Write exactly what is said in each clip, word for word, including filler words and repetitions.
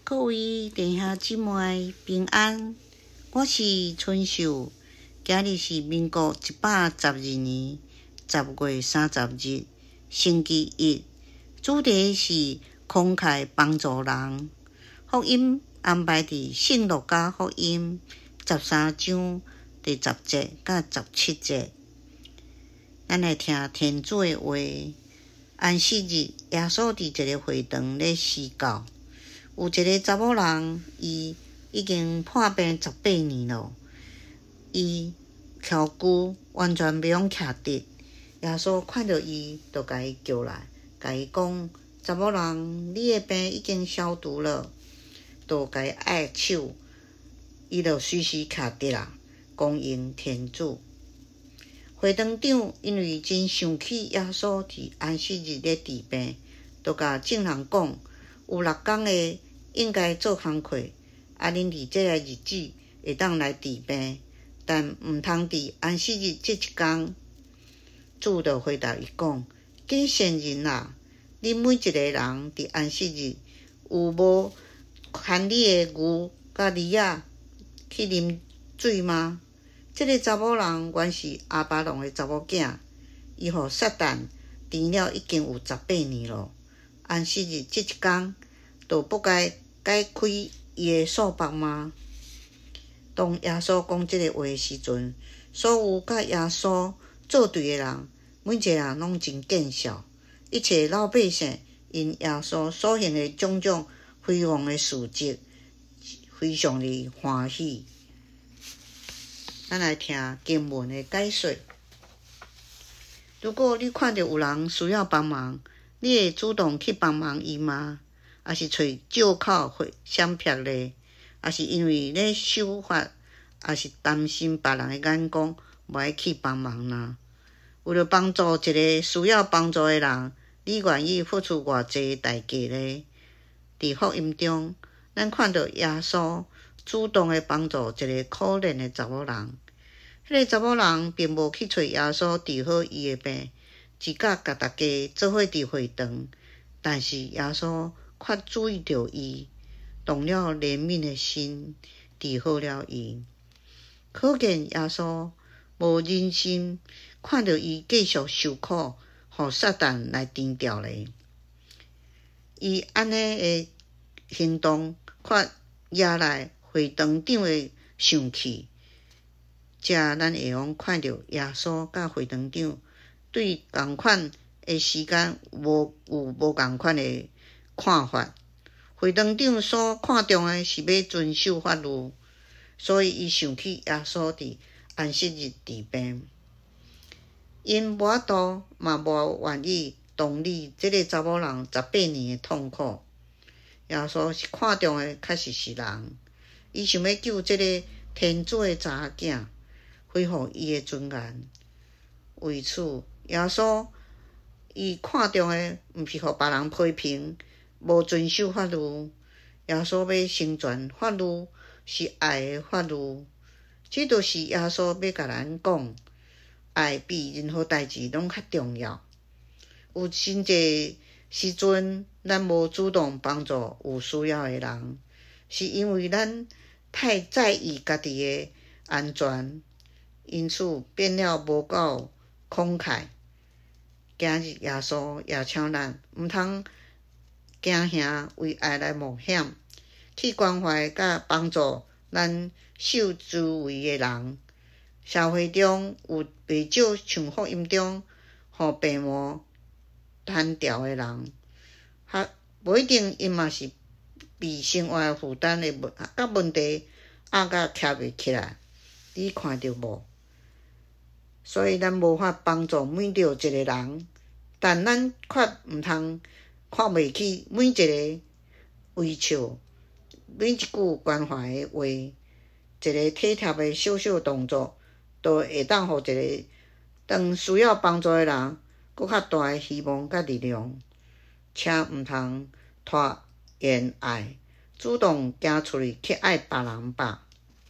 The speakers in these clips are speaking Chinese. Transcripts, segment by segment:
各位弟兄姊妹平安，我是春秀。今日是民国一百十二年十月三十日，星期一。主题是慷慨帮助人。福音安排伫圣路加福音十三章第十节到十七节。咱来听天主的话。安息日，耶稣伫一个会堂咧施教。有一个查某人，伊已经破病十八年了，伊翘骨完全袂用徛直。耶稣看到伊，就甲伊叫来，甲伊讲：查某人，你的病已经消除了。就甲伊握手，伊就随时徛直啦，恭迎天主。会堂长因为真想起耶稣伫安息日咧治病，就甲众人讲：有六工的应该做工课，啊，恁伫即个日子会当来治病，但毋通伫安息日即一工。主就回答伊讲：假善人啊，恁每一个人伫安息日有无牵你的牛甲驴仔去啉水吗？这个查某人原是阿巴郎的查某囝，伊互撒旦甜了已经有十八年了。安息日即一工，就不该解开伊的束缚吗？当耶稣讲这个话的时阵，所有甲耶稣作对的人，每一个人拢真见笑。一切老百姓因耶稣所行的种种辉煌的事迹，非常的欢喜。咱来听经文的解说。如果你看到有人需要帮忙，你会主动去帮忙伊吗？还是找借口或闪避咧？还是因为咧守法，还是担心别人的眼光，无爱去帮忙呢？为了帮助一个需要帮助的人，你愿意付出偌济代价呢？伫福音中，咱看到耶稣主动的帮助一个可怜的查某人。迄个查某人并无去找耶稣治好伊的病，只甲甲大家做伙伫会堂。但是耶稣却注意到伊，动了怜悯的心，治好了伊。可见耶稣无忍心看到伊继续受苦，互撒旦来颠倒咧。伊安尼的行动，却惹来会堂长的生气。这咱会用看到耶稣甲会堂长对同款的时间无有无同款的看法。会堂长所看重的是要遵守法律，所以伊想起耶稣伫安息日治病。因无法度嘛无愿意同理这个查某人十八年的痛苦。耶稣是看重的确实是人，伊想要救这个天主的查囝，恢复伊的尊严。为此，耶稣伊看重的毋是互别人批评，无遵守法律。耶稣要成全法律，是爱的法律。这就是耶稣要甲咱讲，爱比任何代志拢较重要。有真济时阵，咱无主动帮助有需要的人，是因为咱太在意家己的安全，因此变了无够慷慨。今日耶稣也请咱毋通惊吓为爱来冒险，去关怀甲帮助咱受周围的人。社会中有袂少像福音中互病魔单调的人，哈，无一定因嘛是被生活负担的问甲问题压甲徛袂起来，你看到无？所以咱无法帮助每着一个人，但咱却毋通看袂起每一个微笑，每一句关怀的话，一个体贴的小小动作，都会当互一个当需要帮助的人搁较大的希望甲力量。请毋通拖延爱，主动行出去去爱别人吧。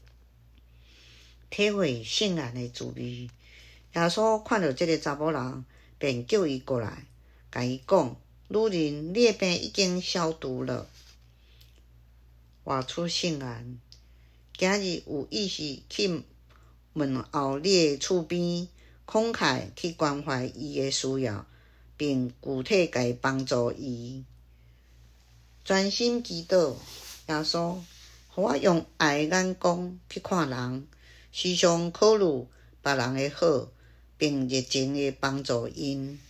体会圣言的滋味。耶稣看到这个查某人，便叫伊过来，甲伊讲：女人，你的病已经消除了。 活出圣言。今日有意识去问候你的厝边，慷慨去关怀伊的需要，并具体甲伊帮助伊。专心祈祷，耶稣，互我用爱的眼光去看人，时常考虑别人的好，并热情地帮助因。